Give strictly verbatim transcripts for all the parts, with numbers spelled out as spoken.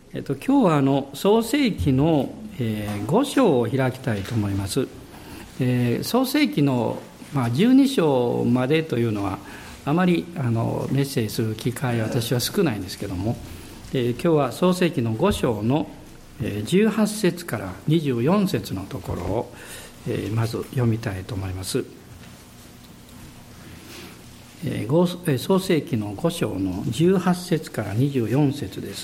えっと、今日はあの創世記の、えー、ご章を開きたいと思います。えー、創世記の、まあ、じゅうに章までというのはあまりあのメッセージする機会は私は少ないんですけども、えー、今日は創世記のご章のじゅうはち節からにじゅうよん節のところを、えー、まず読みたいと思います。えー、創世記のご章のじゅうはち節からにじゅうよん節です。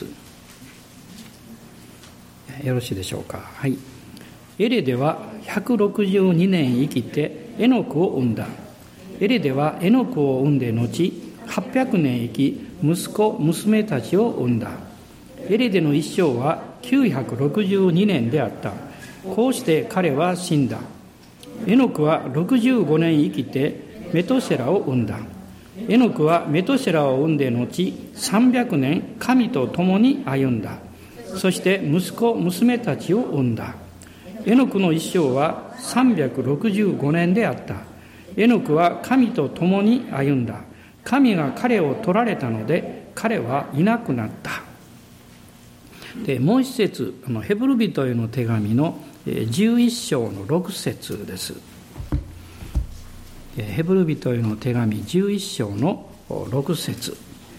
よろしいでしょうか。はい。エレデはひゃくろくじゅうにねん生きてエノクを産んだ。エレデはエノクを産んで後はっぴゃくねん生き、息子娘たちを産んだ。エレデの一生はきゅうひゃくろくじゅうにねんであった。こうして彼は死んだ。エノクはろくじゅうごねん生きてメトセラを産んだ。エノクはメトセラを産んで後さんびゃくねん神と共に歩んだ。そして息子娘たちを産んだ。エノクの一生はさんびゃくろくじゅうごねんであった。エノクは神と共に歩んだ。神が彼を取られたので彼はいなくなった。でもう一節、ヘブル人への手紙のじゅういっ章のろく節です。ヘブル人への手紙じゅういっ章のろく節。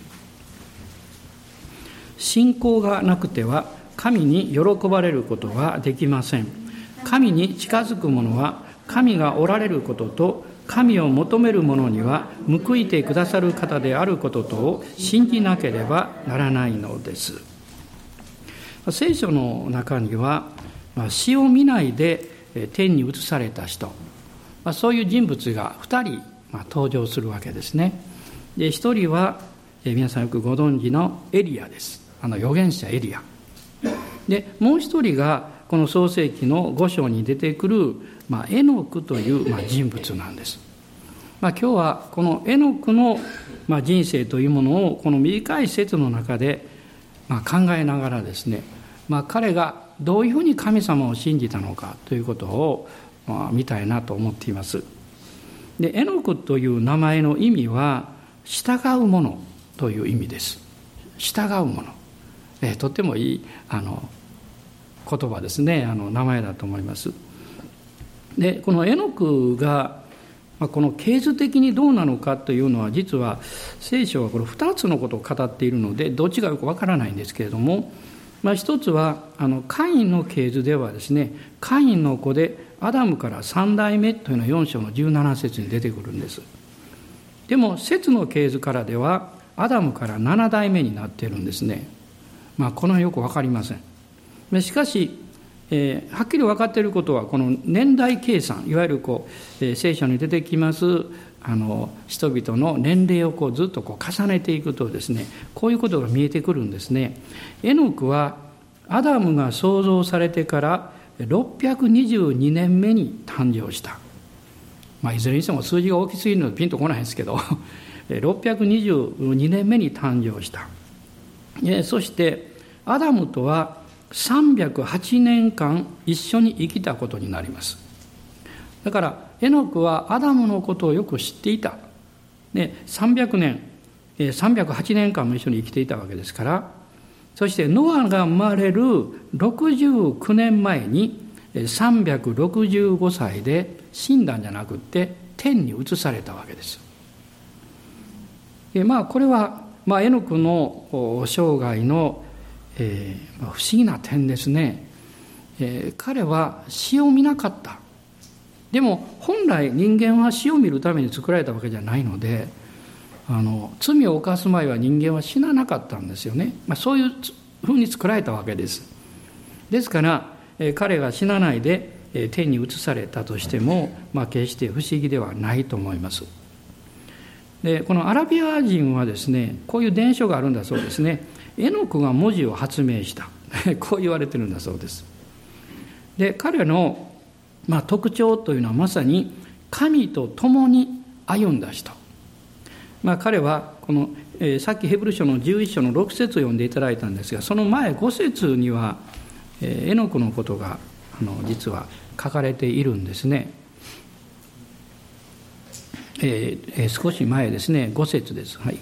信仰がなくては神に喜ばれることはできません。神に近づく者は神がおられることと神を求める者には報いてくださる方であることとを信じなければならないのです。聖書の中には死を見ないで天に移された人、そういう人物がふたり登場するわけですね。でひとりは皆さんよくご存知のエリアです。あの預言者エリアで、もう一人がこの創世記のご章に出てくる、まあ、エノクという、まあ、人物なんです。まあ、今日はこのエノクの、まあ、人生というものをこの短い説の中で、まあ、考えながらですね、まあ、彼がどういうふうに神様を信じたのかということを、まあ、見たいなと思っています。でエノクという名前の意味は従うものという意味です。従うもの、えー、とってもいいあの言葉ですね。あの名前だと思います。でこのエノクが、まあ、この系図的にどうなのかというのは実は聖書はこれふたつのことを語っているのでどっちがよくわからないんですけれども、まあ、一つはあのカインの系図ではですね、カインの子でアダムからさん代目というのはよん章のじゅうなな節に出てくるんです。でもセツの系図からではアダムからなな代目になっているんですね。まあこの辺よくわかりません。しかし、えー、はっきり分かっていることはこの年代計算、いわゆるこう、えー、聖書に出てきますあの人々の年齢をこうずっとこう重ねていくとですね、こういうことが見えてくるんですね。エノクはアダムが創造されてからろっぴゃくにじゅうにねんめに誕生した。まあ、いずれにしても数字が大きすぎるのでピンとこないんですけどろっぴゃくにじゅうにねんめに誕生した。そしてアダムとはさんびゃくはちねんかん一緒に生きたことになります。だからエノクはアダムのことをよく知っていた。でさんびゃくねん、さんびゃくはちねんかんも一緒に生きていたわけですから、そしてノアが生まれるろくじゅうきゅうねんまえにさんびゃくろくじゅうごさいで死んだんじゃなくって天に移されたわけです。でまあこれは、まあ、エノクの生涯のえー、不思議な点ですね。えー、彼は死を見なかった。でも本来人間は死を見るために作られたわけじゃないので、あの罪を犯す前は人間は死ななかったんですよね。まあ、そういうふうに作られたわけです。ですから、えー、彼が死なないで、えー、天に移されたとしても、まあ、決して不思議ではないと思います。でこのアラビア人はですね、こういう伝書があるんだそうですね。エノクが文字を発明したこう言われてるんだそうです。で彼の、まあ、特徴というのはまさに神と共に歩んだ人、まあ、彼はこの、えー、さっきヘブル書のじゅういっ章のろく節を読んでいただいたんですが、その前ご節には、えー、エノクのことがあの実は書かれているんですね。えー、少し前ですね、ご節です。はい。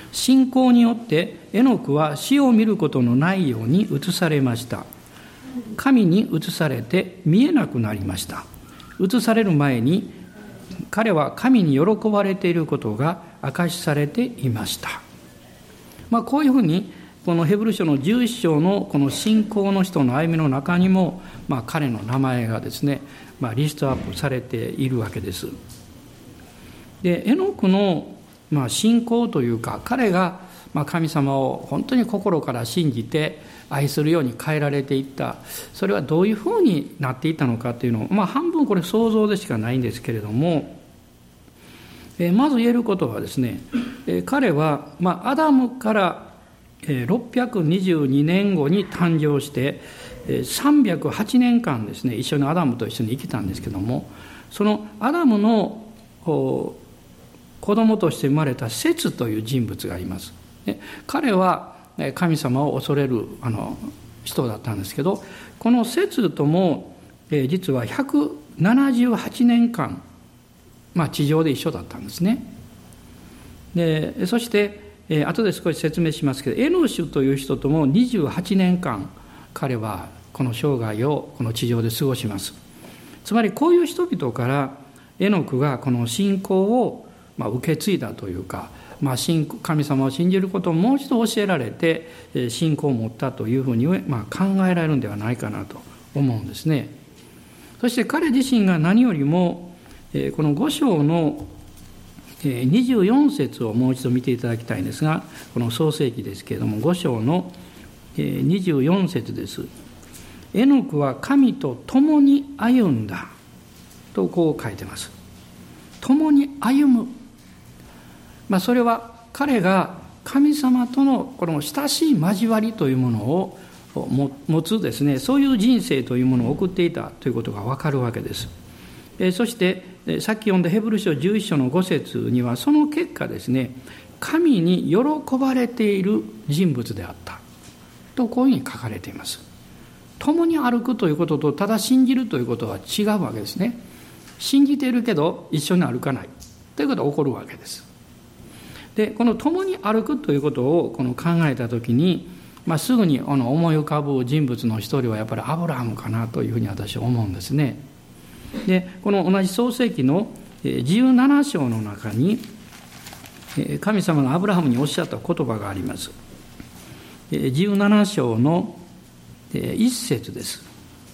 信仰によってエノクは死を見ることのないように移されました。神に移されて見えなくなりました。移される前に彼は神に喜ばれていることが明かしされていました。まあ、こういうふうにこのヘブル書のじゅういっ章のこの信仰の人の歩みの中にも、まあ、彼の名前がですね、まあ、リストアップされているわけです。で、エノクのまあ信仰というか、彼がまあ神様を本当に心から信じて愛するように変えられていった、それはどういうふうになっていったのかというのを、まあ、半分これ想像でしかないんですけれども、えまず言えることはですね、え彼はまあアダムからろっぴゃくにじゅうにねんごに誕生してさんびゃくはちねんかんですね、一緒にアダムと一緒に生きたんですけども、そのアダムの子供として生まれたセツという人物がいます。彼は神様を恐れるあの人だったんですけど、このセツとも実はひゃくななじゅうはちねんかん、まあ、地上で一緒だったんですね。でそして後で少し説明しますけど、エノシュという人ともにじゅうはちねんかん彼はこの生涯をこの地上で過ごします。つまりこういう人々からエノクがこの信仰をまあ受け継いだというか、まあ、神様を信じることをもう一度教えられて信仰を持ったというふうにまあ考えられるんではないかなと思うんですね。そして彼自身が何よりもこのご章のにじゅうよん節をもう一度見ていただきたいんですが、この創世記ですけれどもご章のにじゅうよん節です。エノクは神と共に歩んだとこう書いてます。共に歩む、まあ、それは彼が神様とのこの親しい交わりというものを持つですね、そういう人生というものを送っていたということが分かるわけです。そしてさっき読んだヘブル書じゅういっ章のご節にはその結果ですね、神に喜ばれている人物であったとこういうふうに書かれています。共に歩くということとただ信じるということは違うわけですね。信じているけど一緒に歩かないということが起こるわけです。でこの共に歩くということをこの考えたときに、まあ、すぐにあの思い浮かぶ人物の一人はやっぱりアブラハムかなというふうに私は思うんですね。でこの同じ創世記のじゅうなな章の中に神様がアブラハムにおっしゃった言葉があります。じゅうなな章の一節です。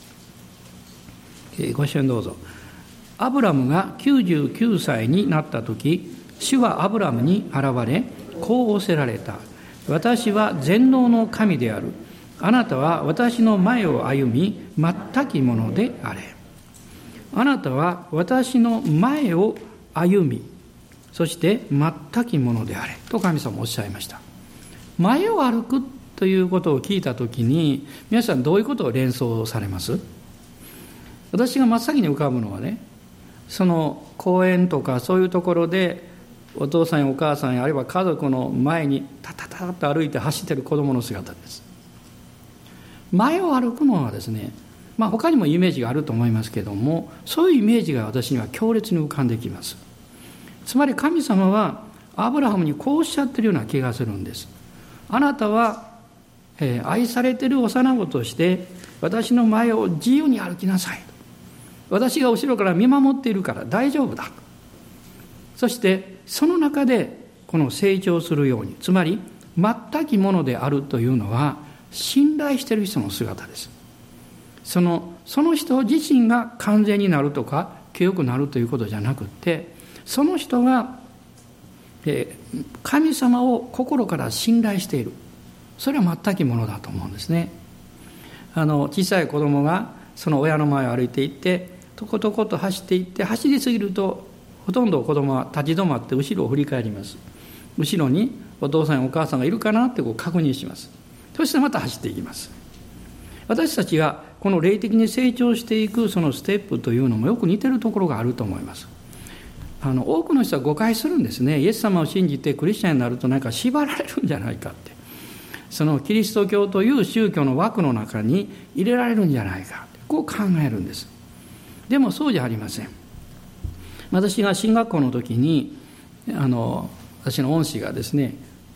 ご一緒にどうぞ。アブラムがきゅうじゅうきゅうさいになった時、主はアブラムに現れこう仰せられた。私は全能の神である。あなたは私の前を歩み全きものであれ。あなたは私の前を歩み、そして全きものであれと神様おっしゃいました。前を歩くということを聞いたときに、皆さんどういうことを連想されます？私が真っ先に浮かぶのはね、その公園とかそういうところでお父さんやお母さんやあるいは家族の前にタタタッと歩いて走っている子供の姿です。前を歩くのはですね、まあ、他にもイメージがあると思いますけれども、そういうイメージが私には強烈に浮かんできます。つまり神様はアブラハムにこうおっしゃっているような気がするんです。あなたは、えー、愛されている幼子として私の前を自由に歩きなさい。私が後ろから見守っているから大丈夫だ。そしてその中でこの成長するように、つまり全きものであるというのは信頼している人の姿です。その、その人自身が完全になるとか清くなるということじゃなくって、その人が、えー、神様を心から信頼している。それは全きものだと思うんですね。あの小さい子供がその親の前を歩いていってとことこと走っていって、走りすぎるとほとんど子供は立ち止まって後ろを振り返ります。後ろにお父さんやお母さんがいるかなってこう確認します。そしてまた走っていきます。私たちがこの霊的に成長していくそのステップというのもよく似てるところがあると思います。あの多くの人は誤解するんですね。イエス様を信じてクリスチャンになるとなんか縛られるんじゃないかって、そのキリスト教という宗教の枠の中に入れられるんじゃないか、こう考えるんです。でもそうじゃありません。私が進学校の時にあの私の恩師がですね、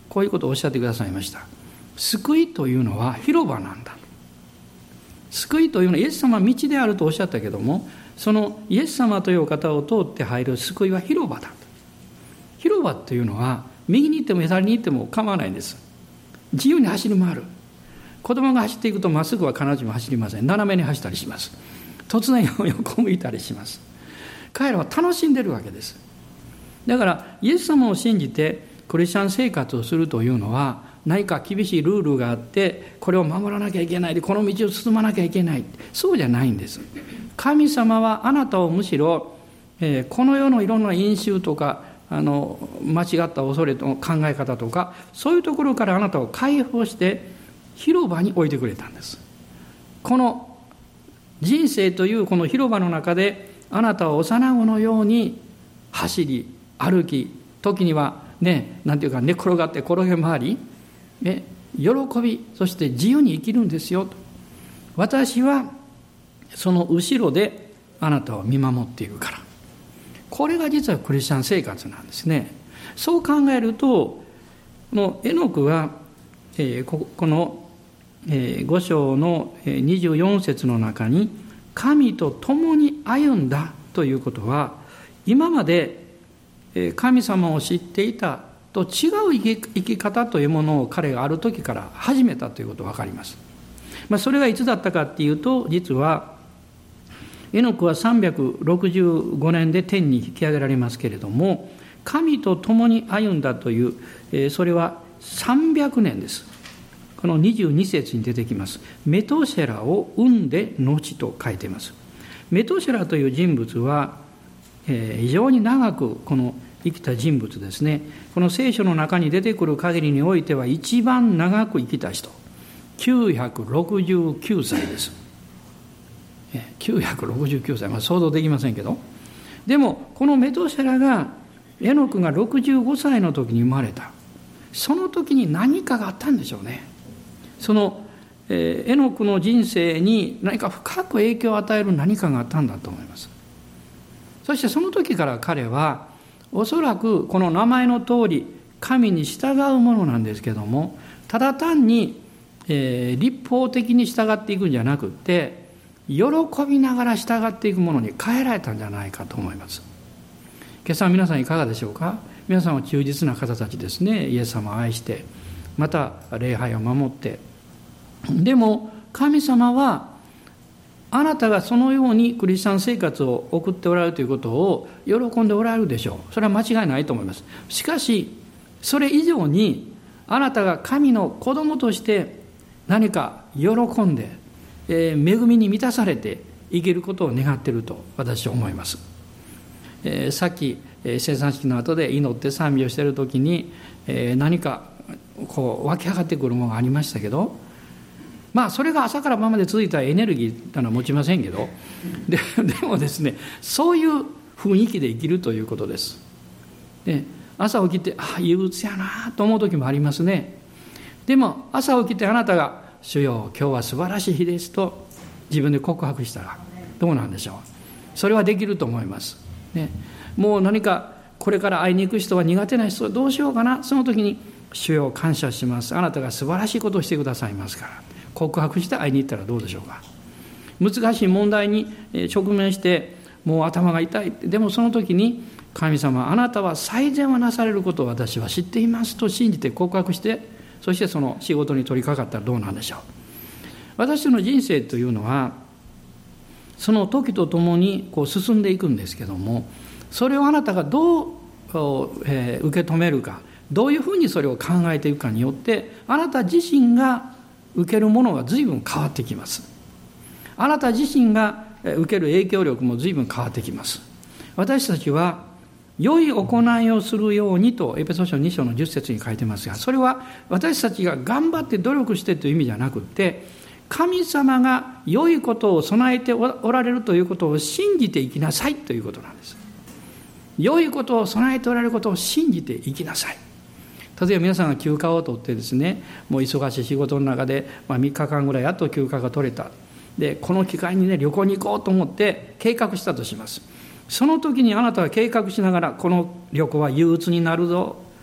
こういうことをおっしゃってくださいました。救いというのは広場なんだ。救いというのはイエス様は道であるとおっしゃったけども、そのイエス様というお方を通って入る救いは広場だ。広場というのは右に行っても左に行っても構わないんです。自由に走り回る。子供が走っていくとまっすぐは必ずしも走りません。斜めに走ったりします。突然横向いたりします。彼らは楽しんでるわけです。だからイエス様を信じてクリスチャン生活をするというのは、何か厳しいルールがあってこれを守らなきゃいけないでこの道を進まなきゃいけない、そうじゃないんです。神様はあなたをむしろ、えー、この世のいろんな因習とかあの間違った恐れの考え方とか、そういうところからあなたを解放して広場に置いてくれたんです。この人生というこの広場の中であなたは幼子のように走り歩き、時にはね、なんていうか寝転がって転げ回り、ね、喜び、そして自由に生きるんですよと。私はその後ろであなたを見守っているから。これが実はクリスチャン生活なんですね。そう考えると、このエノクは、えー、こ, この、えー、ご章のにじゅうよん節の中に神と共に歩んだということは、今まで神様を知っていたと違う生き、生き方というものを彼がある時から始めたということが分かります。まあ、それがいつだったかっていうと、実はエノクはさんびゃくろくじゅうごねんで天に引き上げられますけれども、神と共に歩んだという、えー、それはさんびゃくねんです。このにじゅうに節に出てきます。メトシェラを産んで後と書いています。メトシェラという人物は、えー、非常に長くこの生きた人物ですね。この聖書の中に出てくる限りにおいては一番長く生きた人、きゅうひゃくろくじゅうきゅうさいです。きゅうひゃくろくじゅうきゅうさい、まあ、想像できませんけど、でもこのメトシェラがエノクがろくじゅうごさいの時に生まれた。その時に何かがあったんでしょうね。その、えー、エノクの人生に何か深く影響を与える何かがあったんだと思います。そしてその時から彼はおそらくこの名前の通り神に従うものなんですけども、ただ単に、えー、立法的に従っていくんじゃなくって喜びながら従っていくものに変えられたんじゃないかと思います。今朝皆さんいかがでしょうか。皆さんは忠実な方たちですね。イエス様を愛してまた礼拝を守って、でも神様はあなたがそのようにクリスチャン生活を送っておられるということを喜んでおられるでしょう。それは間違いないと思います。しかしそれ以上にあなたが神の子供として何か喜んで、えー、恵みに満たされて生きることを願っていると私は思います。えー、さっき、えー、生産式の後で祈って賛美をしている時に、えー、何かこう湧き上がってくるものがありましたけど、まあそれが朝から晩まで続いたエネルギーというのは持ちませんけど、で, でもですね、そういう雰囲気で生きるということです。で、朝起きてああ憂鬱やなと思う時もありますね。でも朝起きてあなたが主よ今日は素晴らしい日ですと自分で告白したらどうなんでしょう。それはできると思います、ね、もう何かこれから会いに行く人は苦手な人はどうしようかな、その時に主よ感謝します、あなたが素晴らしいことをしてくださいますから告白して会いに行ったらどうでしょうか。難しい問題に直面してもう頭が痛い、でもその時に神様あなたは最善はなされることを私は知っていますと信じて告白して、そしてその仕事に取り掛かったらどうなんでしょう。私の人生というのはその時とともにこう進んでいくんですけども、それをあなたがどう、えー、受け止めるか、どういうふうにそれを考えていくかによってあなた自身が受けるものが随分変わってきます。あなた自身が受ける影響力も随分変わってきます。私たちは良い行いをするようにとエペソ書に章のじゅっ節に書いてますが、それは私たちが頑張って努力してという意味じゃなくて、神様が良いことを備えておられるということを信じて生きなさいということなんです。良いことを備えておられることを信じて生きなさい。例えば皆さんが休暇を取ってですね、もう忙しい仕事の中で、まあ、みっかかんぐらいやっと休暇が取れた。でこの機会にね旅行に行こうと思って計画したとします。その時にあなたは計画しながらこの旅行は憂鬱になるぞ、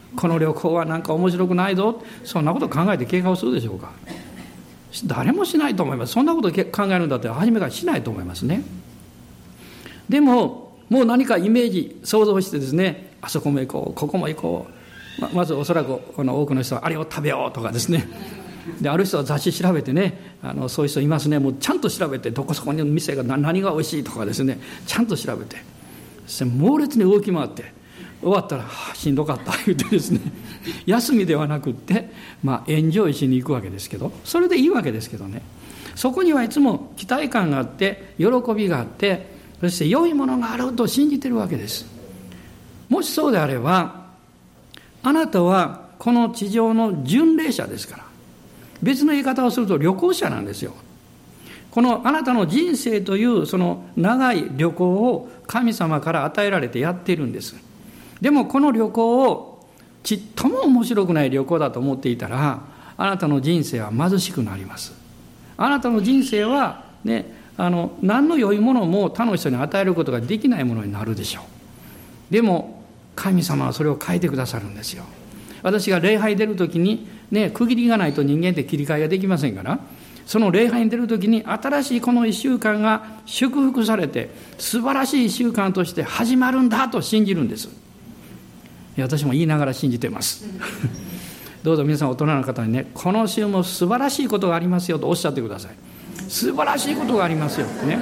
この旅行はなんか面白くないぞ、そんなこと考えて計画をするでしょうか。誰もしないと思います。そんなこと考えるんだったら初めからしないと思いますね。でももう何かイメージ想像してですね、あそこも行こう、ここも行こう、 ま, まずおそらくこの多くの人はあれを食べようとかですね、である人は雑誌調べてね、あのそういう人いますね。もうちゃんと調べて、どこそこに店が何が美味しいとかですね、ちゃんと調べて、そして猛烈に動き回って、終わったら、はあ、しんどかった言ってですね、休みではなくって、まあ、エンジョイしに行くわけですけど、それでいいわけですけどね、そこにはいつも期待感があって喜びがあって、そして良いものがあると信じているわけです。もしそうであれば、あなたはこの地上の巡礼者ですから、別の言い方をすると旅行者なんですよ。このあなたの人生というその長い旅行を神様から与えられてやっているんです。でもこの旅行をちっとも面白くない旅行だと思っていたら、あなたの人生は貧しくなります。あなたの人生はね、あの何の良いものも他の人に与えることができないものになるでしょう。でも神様はそれを変えてくださるんですよ。私が礼拝出るときに、ね、区切りがないと人間って切り替えができませんから、その礼拝に出るときに新しいこのいっしゅうかんが祝福されて素晴らしいいっしゅうかんとして始まるんだと信じるんです。私も言いながら信じてますどうぞ皆さん大人の方にね、この週も素晴らしいことがありますよとおっしゃってください。素晴らしいことがありますよってね。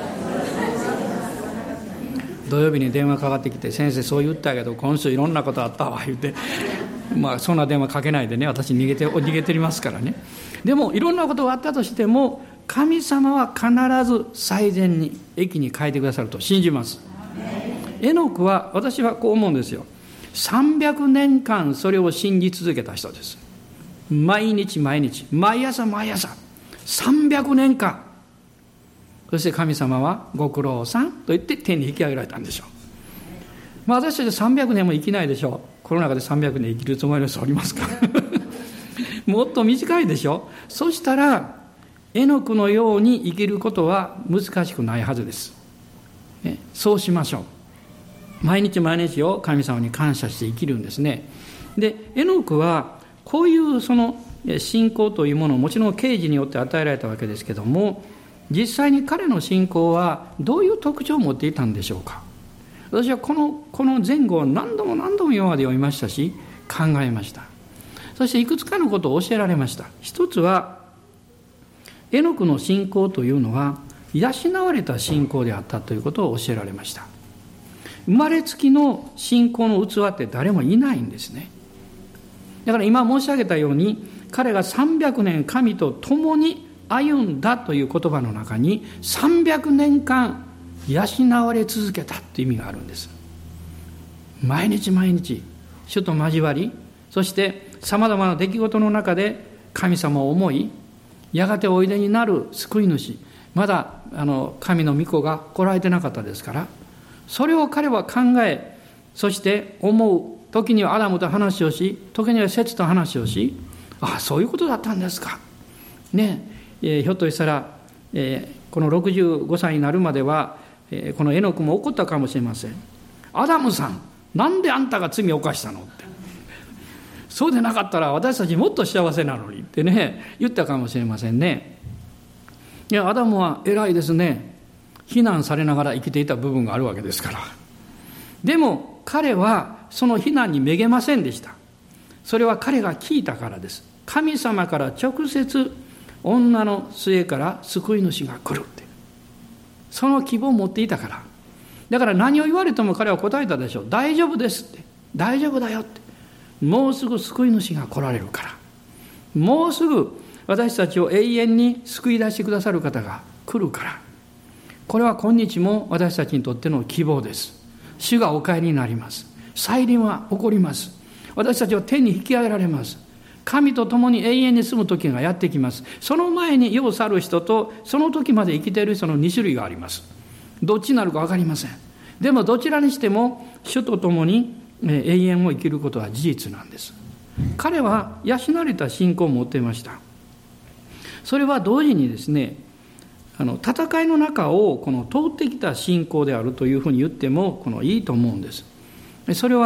土曜日に電話かかってきて、先生そう言ったけど今週いろんなことあったわ言って、まあそんな電話かけないでね、私逃げて逃げてりますからね。でもいろんなことがあったとしても、神様は必ず最善に益に変えてくださると信じます。エノクは、私はこう思うんですよ。さんびゃくねんかんそれを信じ続けた人です。毎日毎日、毎朝毎朝、さんびゃくねんかん。そして神様はご苦労さんと言って天に引き上げられたんでしょう。まあ、私たちさんびゃくねんも生きないでしょう。この中でさんびゃくねん生きるつもりの人おりますかもっと短いでしょ。そしたらエノクのように生きることは難しくないはずです、ね、そうしましょう。毎日毎日を神様に感謝して生きるんですね。でエノクはこういうその信仰というものをもちろん啓示によって与えられたわけですけども、実際に彼の信仰はどういう特徴を持っていたんでしょうか。私はこの、この前後を何度も何度も今まで読みましたし考えました。そしていくつかのことを教えられました。一つはエノクの信仰というのは養われた信仰であったということを教えられました。生まれつきの信仰の器って誰もいないんですね。だから今申し上げたように、彼がさんびゃくねん神と共に歩んだという言葉の中にさんびゃくねんかん養われ続けたという意味があるんです。毎日毎日主と交わり、そしてさまざまな出来事の中で神様を思い、やがておいでになる救い主、まだあの神の御子が来られてなかったですから、それを彼は考え、そして思う。時にはアダムと話をし、時にはセツと話をし、ああそういうことだったんですかねえ、えー、ひょっとしたら、えー、このろくじゅうごさいになるまでは、えー、このエノクも怒ったかもしれません。アダムさん、なんであんたが罪を犯したのって、そうでなかったら私たちもっと幸せなのにってね言ったかもしれませんね。いや、アダムは偉いですね。非難されながら生きていた部分があるわけですから。でも彼はその非難にめげませんでした。それは彼が聞いたからです。神様から直接女の末から救い主が来るって、その希望を持っていたから。だから何を言われても彼は答えたでしょう。大丈夫ですって、大丈夫だよって、もうすぐ救い主が来られるから、もうすぐ私たちを永遠に救い出してくださる方が来るから。これは今日も私たちにとっての希望です。主がお帰りになります。再臨は起こります。私たちは天に引き上げられます。神と共に永遠に住む時がやってきます。その前に世を去る人とその時まで生きている人のに種類があります。どっちになるか分かりません。でもどちらにしても主と共に永遠を生きることは事実なんです。彼は養われた信仰を持っていました。それは同時にですね、あの戦いの中をこの通ってきた信仰であるというふうに言ってもこのいいと思うんです。それは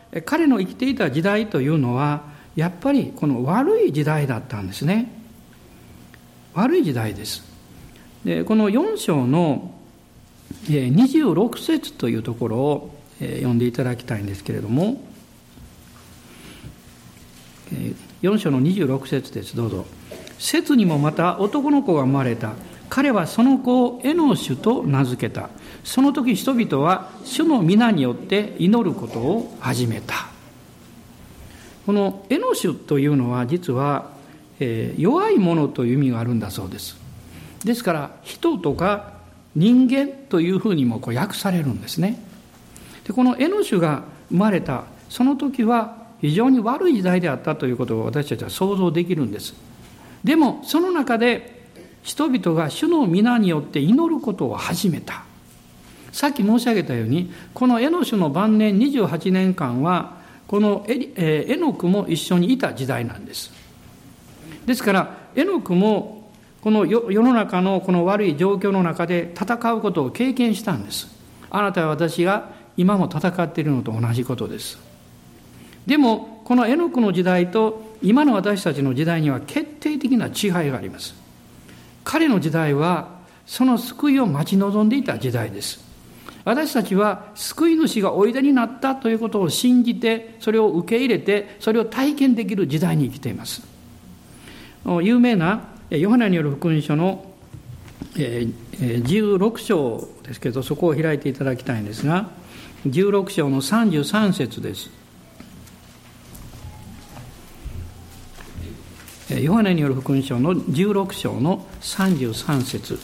彼の生きていた時代というのはやっぱりこの悪い時代だったんですね。悪い時代です。でこのよん章のにじゅうろく節というところを読んでいただきたいんですけれども、よん章のにじゅうろく節です。どうぞ。セツにもまた男の子が生まれた。彼はその子をエノシュと名付けた。その時人々は主の皆によって祈ることを始めた。このエノシュというのは実は、えー、弱いものという意味があるんだそうです。ですから人とか人間というふうにもこう訳されるんですね。でこのエノシュが生まれたその時は非常に悪い時代であったということを私たちは想像できるんです。でもその中で人々が主の皆によって祈ることを始めた。さっき申し上げたようにこのエノシュの晩年にじゅうはちねんかんはこの エ, えエノクも一緒にいた時代なんです。ですからエノクもこの世の中のこの悪い状況の中で戦うことを経験したんです。あなたは私が今も戦っているのと同じことです。でもこのエノクの時代と今の私たちの時代には決定的な違いがあります。彼の時代はその救いを待ち望んでいた時代です。私たちは救い主がおいでになったということを信じてそれを受け入れてそれを体験できる時代に生きています。有名なヨハネによる福音書のじゅうろく章ですけど、そこを開いていただきたいんですが、じゅうろく章のさんじゅうさん節です。ヨハネによる福音書のじゅうろく章のさんじゅうさん節。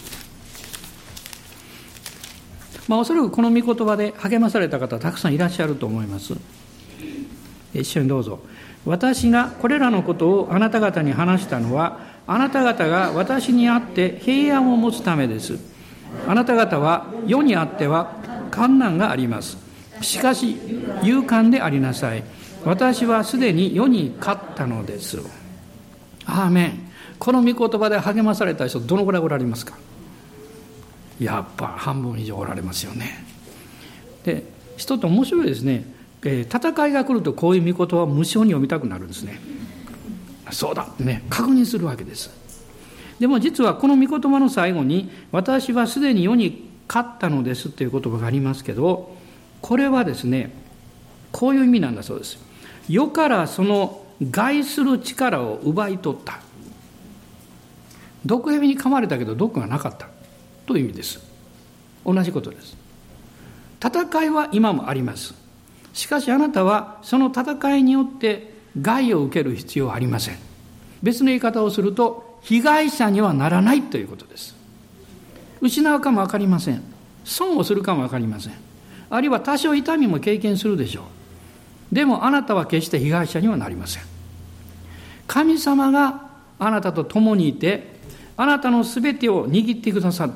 まあ、おそらくこの御言葉で励まされた方たくさんいらっしゃると思います。一緒にどうぞ。私がこれらのことをあなた方に話したのは、あなた方が私にあって平安を持つためです。あなた方は世にあっては患難があります。しかし勇敢でありなさい。私はすでに世に勝ったのです。アーメン。この御言葉で励まされた人どのくらいおられますか？やっぱ半分以上おられますよね。で、人って面白いですね。えー、戦いが来るとこういう御言葉を無性に読みたくなるんですね。そうだってね、確認するわけです。でも実はこの御言葉の最後に私はすでに世に勝ったのですという言葉がありますけど、これはですね、こういう意味なんだそうです。世からその害する力を奪い取った。毒蛇に噛まれたけど毒がなかったという意味です。同じことです。戦いは今もあります。しかしあなたはその戦いによって害を受ける必要はありません。別の言い方をすると被害者にはならないということです。失うかも分かりません。損をするかも分かりません。あるいは多少痛みも経験するでしょう。でもあなたは決して被害者にはなりません。神様があなたと共にいて、あなたのすべてを握ってくださって、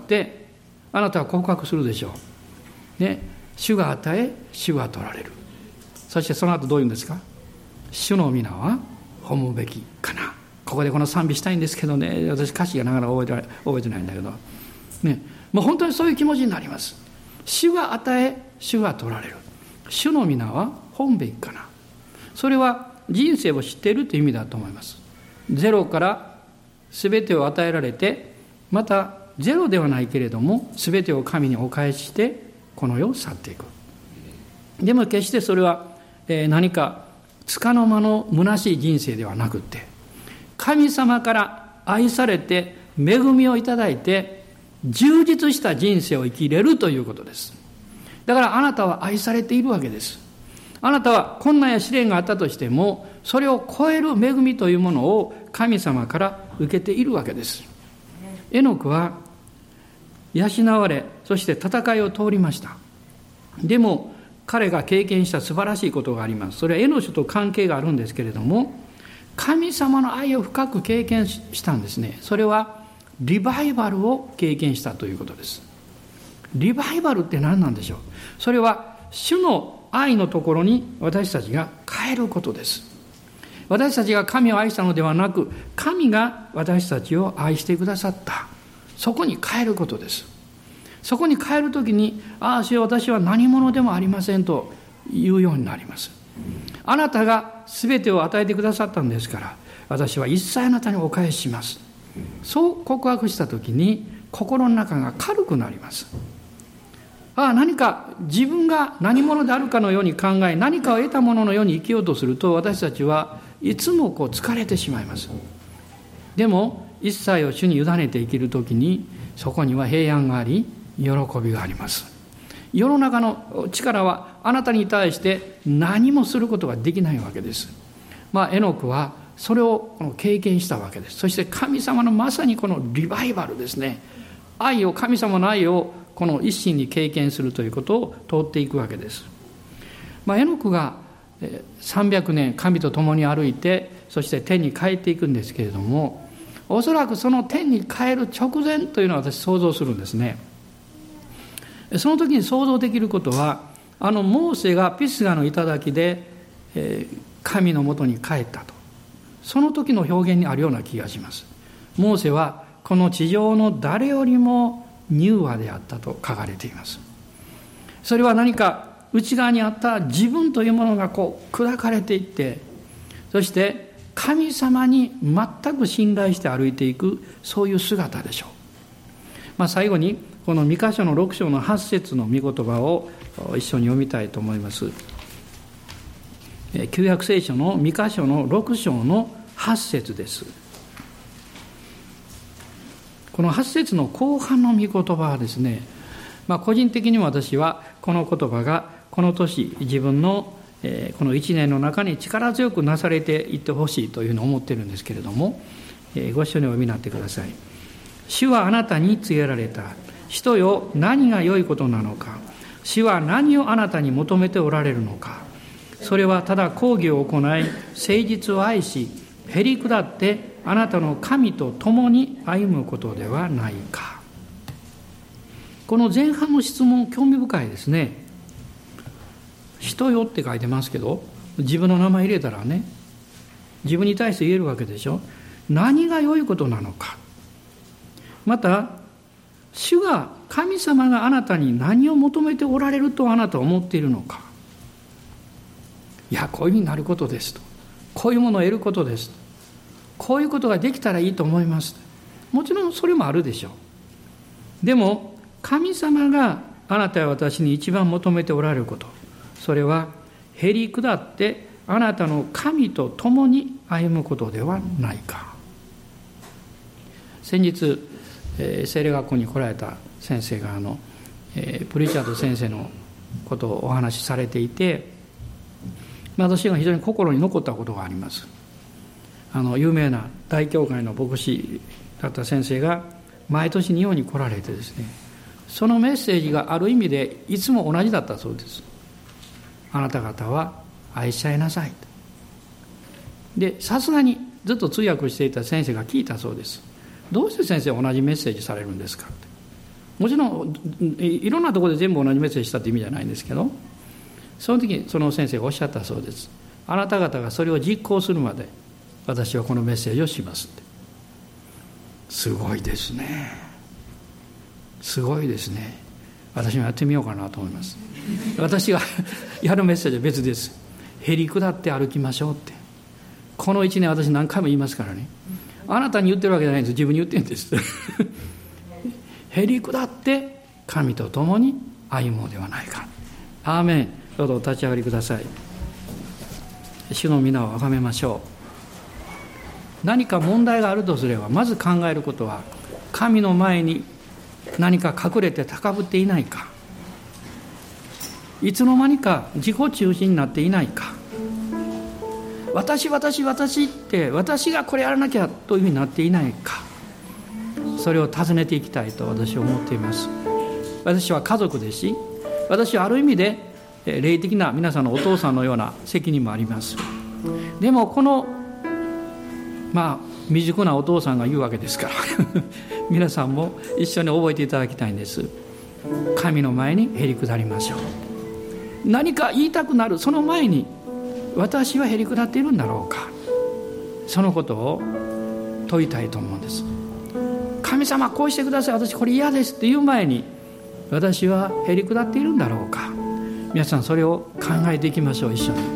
あなたは告白するでしょう。ね、主が与え、主が取られる。そしてその後どういうんですか？主の皆は褒むべきかな。ここでこの賛美したいんですけどね、私歌詞がなかなか覚えて、覚えてないんだけど、ね、もう本当にそういう気持ちになります。主が与え、主が取られる。主の皆は褒むべきかな。それは人生を知っているという意味だと思います。ゼロから全てを与えられて、またゼロではないけれども全てを神にお返ししてこの世を去っていく。でも決してそれは何か束の間の虚しい人生ではなくって、神様から愛されて恵みをいただいて充実した人生を生きれるということです。だからあなたは愛されているわけです。あなたは困難や試練があったとしても、それを超える恵みというものを神様から受けているわけです。エノクは養われ、そして戦いを通りました。でも彼が経験した素晴らしいことがあります。それはエノシュと関係があるんですけれども、神様の愛を深く経験したんですね。それはリバイバルを経験したということです。リバイバルって何なんでしょう。それは主の愛のところに私たちが帰ることです。私たちが神を愛したのではなく、神が私たちを愛してくださった。そこに帰ることです。そこに帰るときに、ああ、主よ、私は何者でもありませんと言うようになります。 あなたが全てを与えてくださったんですから、私は一切あなたにお返しします。そう告白したときに心の中が軽くなります。ああ、何か自分が何者であるかのように考え、何かを得たもののように生きようとすると、私たちはいつもこう疲れてしまいます。でも一切を主に委ねて生きるときに、そこには平安があり、喜びがあります。世の中の力はあなたに対して何もすることができないわけです。まあ、エノクはそれを経験したわけです。そして神様のまさにこのリバイバルですね。愛を、神様の愛をこの一心に経験するということを通っていくわけです。まあ、エノクがさんびゃくねん神と共に歩いて、そして天に帰っていくんですけれども、おそらくその天に帰る直前というのは私想像するんですね。その時に想像できることは、あのモーセがピスガの頂で、えー、神のもとに帰ったと、その時の表現にあるような気がします。モーセはこの地上の誰よりも柔和であったと書かれています。それは何か内側にあった自分というものがこう砕かれていって、そして神様に全く信頼して歩いていく、そういう姿でしょう。まあ、最後にこのミカ書のろく章のはち節の御言葉を一緒に読みたいと思います。旧約聖書のミカ書のろく章のはち節です。このはち節の後半の御言葉はですね、まあ、個人的に私はこの言葉がこの年自分のこのいちねんの中に力強くなされていってほしいというふうに思っているんですけれども、ご一緒にお読みになってください。主はあなたに告げられた。人よ、何が良いことなのか。主は何をあなたに求めておられるのか。それはただ公義を行い、誠実を愛し、へり下ってあなたの神と共に歩むことではないか。この前半の質問、興味深いですね。人よって書いてますけど、自分の名前入れたらね、自分に対して言えるわけでしょ。何が良いことなのか。また、主が、神様があなたに何を求めておられるとあなたは思っているのか。いや、こういうふうになることですと。こういうものを得ることです。こういうことができたらいいと思います。もちろんそれもあるでしょう。でも、神様があなたや私に一番求めておられること、それは、へり下ってあなたの神と共に歩むことではないか。先日、えー、聖霊学校に来られた先生があの、えー、プリチャード先生のことをお話しされていて、私が非常に心に残ったことがあります。あの有名な大教会の牧師だった先生が毎年日本に来られてですね、そのメッセージがある意味でいつも同じだったそうです。あなた方は愛し合いなさい。で、さすがにずっと通訳していた先生が聞いたそうです。どうして先生同じメッセージされるんですかって。もちろんいろんなところで全部同じメッセージしたって意味じゃないんですけど、その時その先生がおっしゃったそうです。あなた方がそれを実行するまで私はこのメッセージをしますって。すごいですね。すごいですね。私もやってみようかなと思います。私がやるメッセージは別です。へり下って歩きましょうって。この一年私何回も言いますからね。あなたに言ってるわけじゃないんです。自分に言ってるんですへり下って神と共に歩もうではないか。アーメン。どうぞお立ち上がりください。主の皆を崇めましょう。何か問題があるとすれば、まず考えることは、神の前に何か隠れて高ぶっていないか、いつの間にか自己中心になっていないか、私私私って私がこれやらなきゃというふうになっていないか、それを尋ねていきたいと私は思っています。私は家族ですし、私はある意味で霊的な皆さんのお父さんのような責任もあります。でもこのまあ未熟なお父さんが言うわけですから皆さんも一緒に覚えていただきたいんです。神の前にへり下りましょう。何か言いたくなるその前に、私はへり下っているんだろうか、そのことを問いたいと思うんです。神様こうしてください、私これ嫌ですって言う前に、私はへり下っているんだろうか。皆さんそれを考えていきましょう。一緒に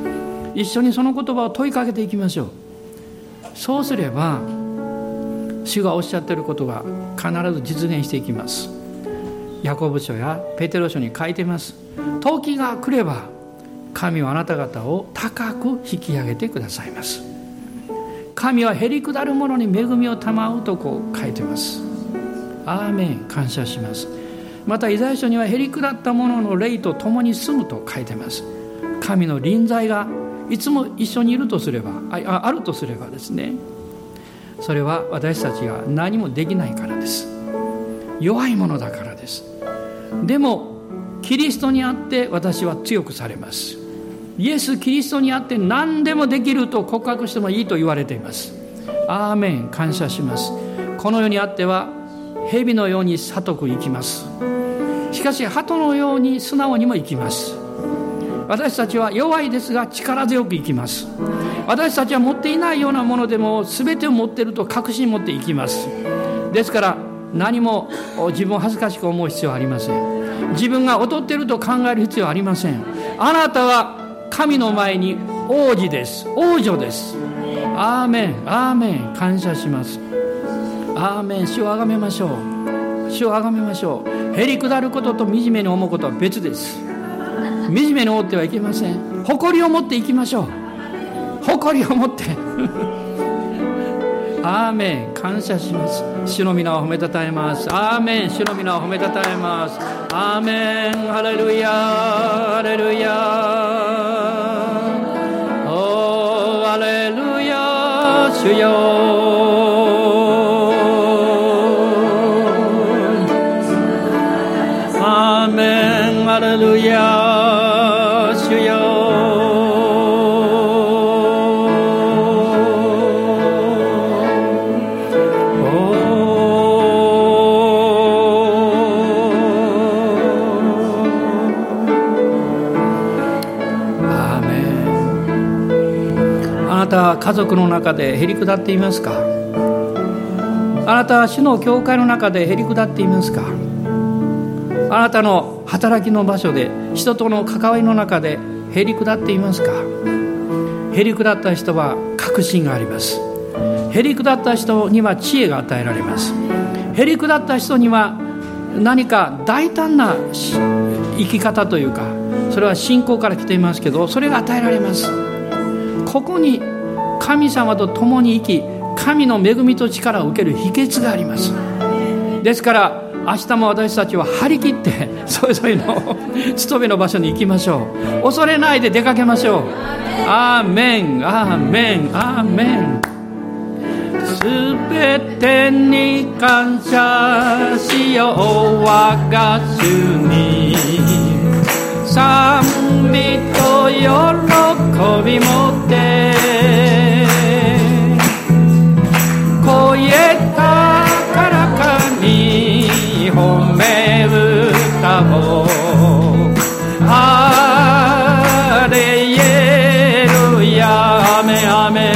一緒にその言葉を問いかけていきましょう。そうすれば主がおっしゃっていることが必ず実現していきます。ヤコブ書やペテロ書に書いてます。時が来れば神はあなた方を高く引き上げてくださいます。神はへりくだる者に恵みを賜うとこう書いてます。アーメン。感謝します。またイザヤ書にはへりくだった者の霊と共に住むと書いてます。神の臨在がいつも一緒にいるとすれば あ, あるとすればですね、それは私たちが何もできないからです。弱いものだからです。でもキリストにあって私は強くされます。イエス・キリストにあって何でもできると告白してもいいと言われています。アーメン。感謝します。この世にあっては蛇のように聡く生きます。しかし鳩のように素直にも生きます。私たちは弱いですが力強く生きます。私たちは持っていないようなものでも全てを持っていると確信を持って生きます。ですから何も自分を恥ずかしく思う必要はありません。自分が劣っていると考える必要はありません。あなたは神の前に王子です。王女です。アーメン。アーメン。感謝します。アーメン。主をあがめましょう。主をあがめましょう。へりくだることと惨めに思うことは別です。惨めに思ってはいけません。誇りを持っていきましょう。誇りを持ってアーメン。感謝します。主の皆を褒めたたえます。アーメン。主の皆を褒めたたえます。アーメン。ハレルヤハレルヤおーハレルヤ主よアーメン。ハレルヤ主よ家族の中でへりくだっていますか？あなたは主の教会の中でへりくだっていますか？あなたの働きの場所で人との関わりの中でへりくだっていますか？へりくだった人は確信があります。へりくだった人には知恵が与えられます。へりくだった人には何か大胆な生き方というか、それは信仰から来ていますけど、それが与えられます。ここに神様と共に生き、神の恵みと力を受ける秘訣があります。ですから明日も私たちは張り切ってそれぞれの勤めの場所に行きましょう。恐れないで出かけましょう。アーメンアーメンアーメン。すべてに感謝しよう我が主に、賛美と喜び持って声高らかに褒め歌おう。ハレルヤアメンアメン。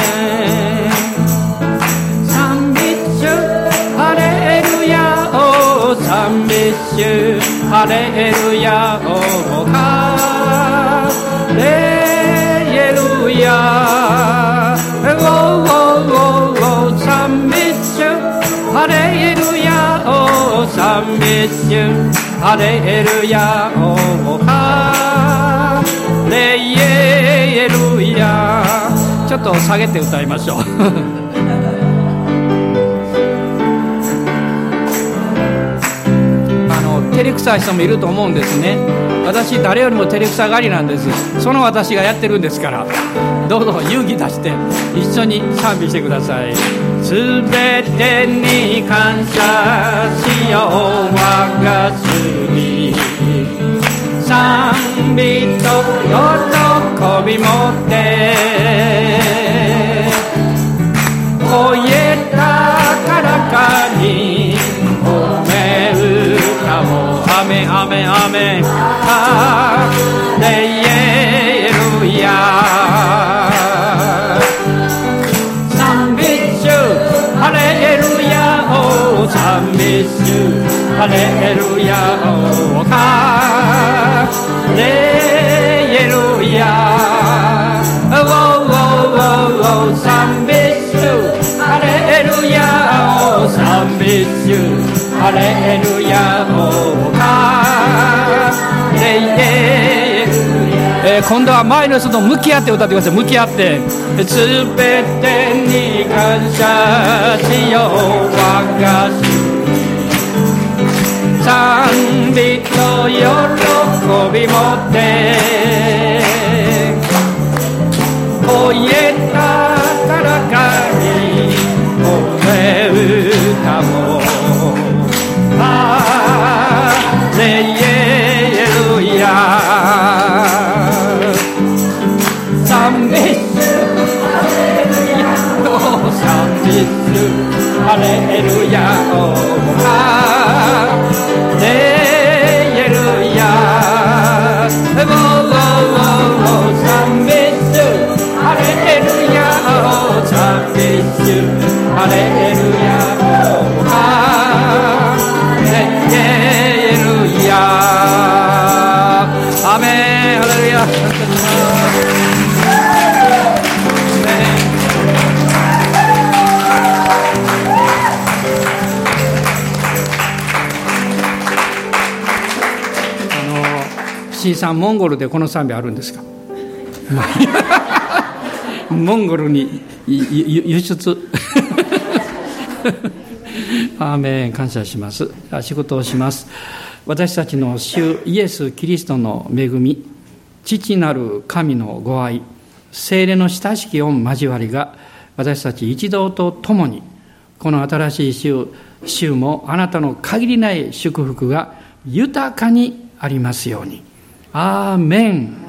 賛美主ハレルヤお賛美主ハレルヤおハレルヤおおお賛美主ハレルヤお賛美主ハレルヤおハレルヤ。ちょっと下げて歌いましょう照れくさい人もいると思うんですね。私誰よりも照れくさがりなんです。その私がやってるんですから、どうぞ勇気出して一緒に賛美してください。すべてに感謝しよう我が主に、賛美と喜び持って声高らかに褒め歌おう。アメンアメンアメンハレルヤ。賛美主ハレルヤお賛美主ハレルヤおハレルヤお主ハレルヤオハレイ、えー、今度は前の人と向き合って歌ってください。向き合ってすべてに感謝しよう我が主、賛美と喜び持っておいえたからかにおれ歌もハレルヤ賛美主ハレルヤ賛美主ハレルヤハレルヤ賛美主ハレルヤ賛美主ハレルヤハレルヤアメンハレルヤ。C さんモンゴルでこの賛美あるんですか？モンゴルに輸出アーメン、感謝します。仕事をします。私たちの主イエス・キリストの恵み、父なる神のご愛、聖霊の親しき御交わりが私たち一同と共にこの新しい週、週もあなたの限りない祝福が豊かにありますように。アーメン。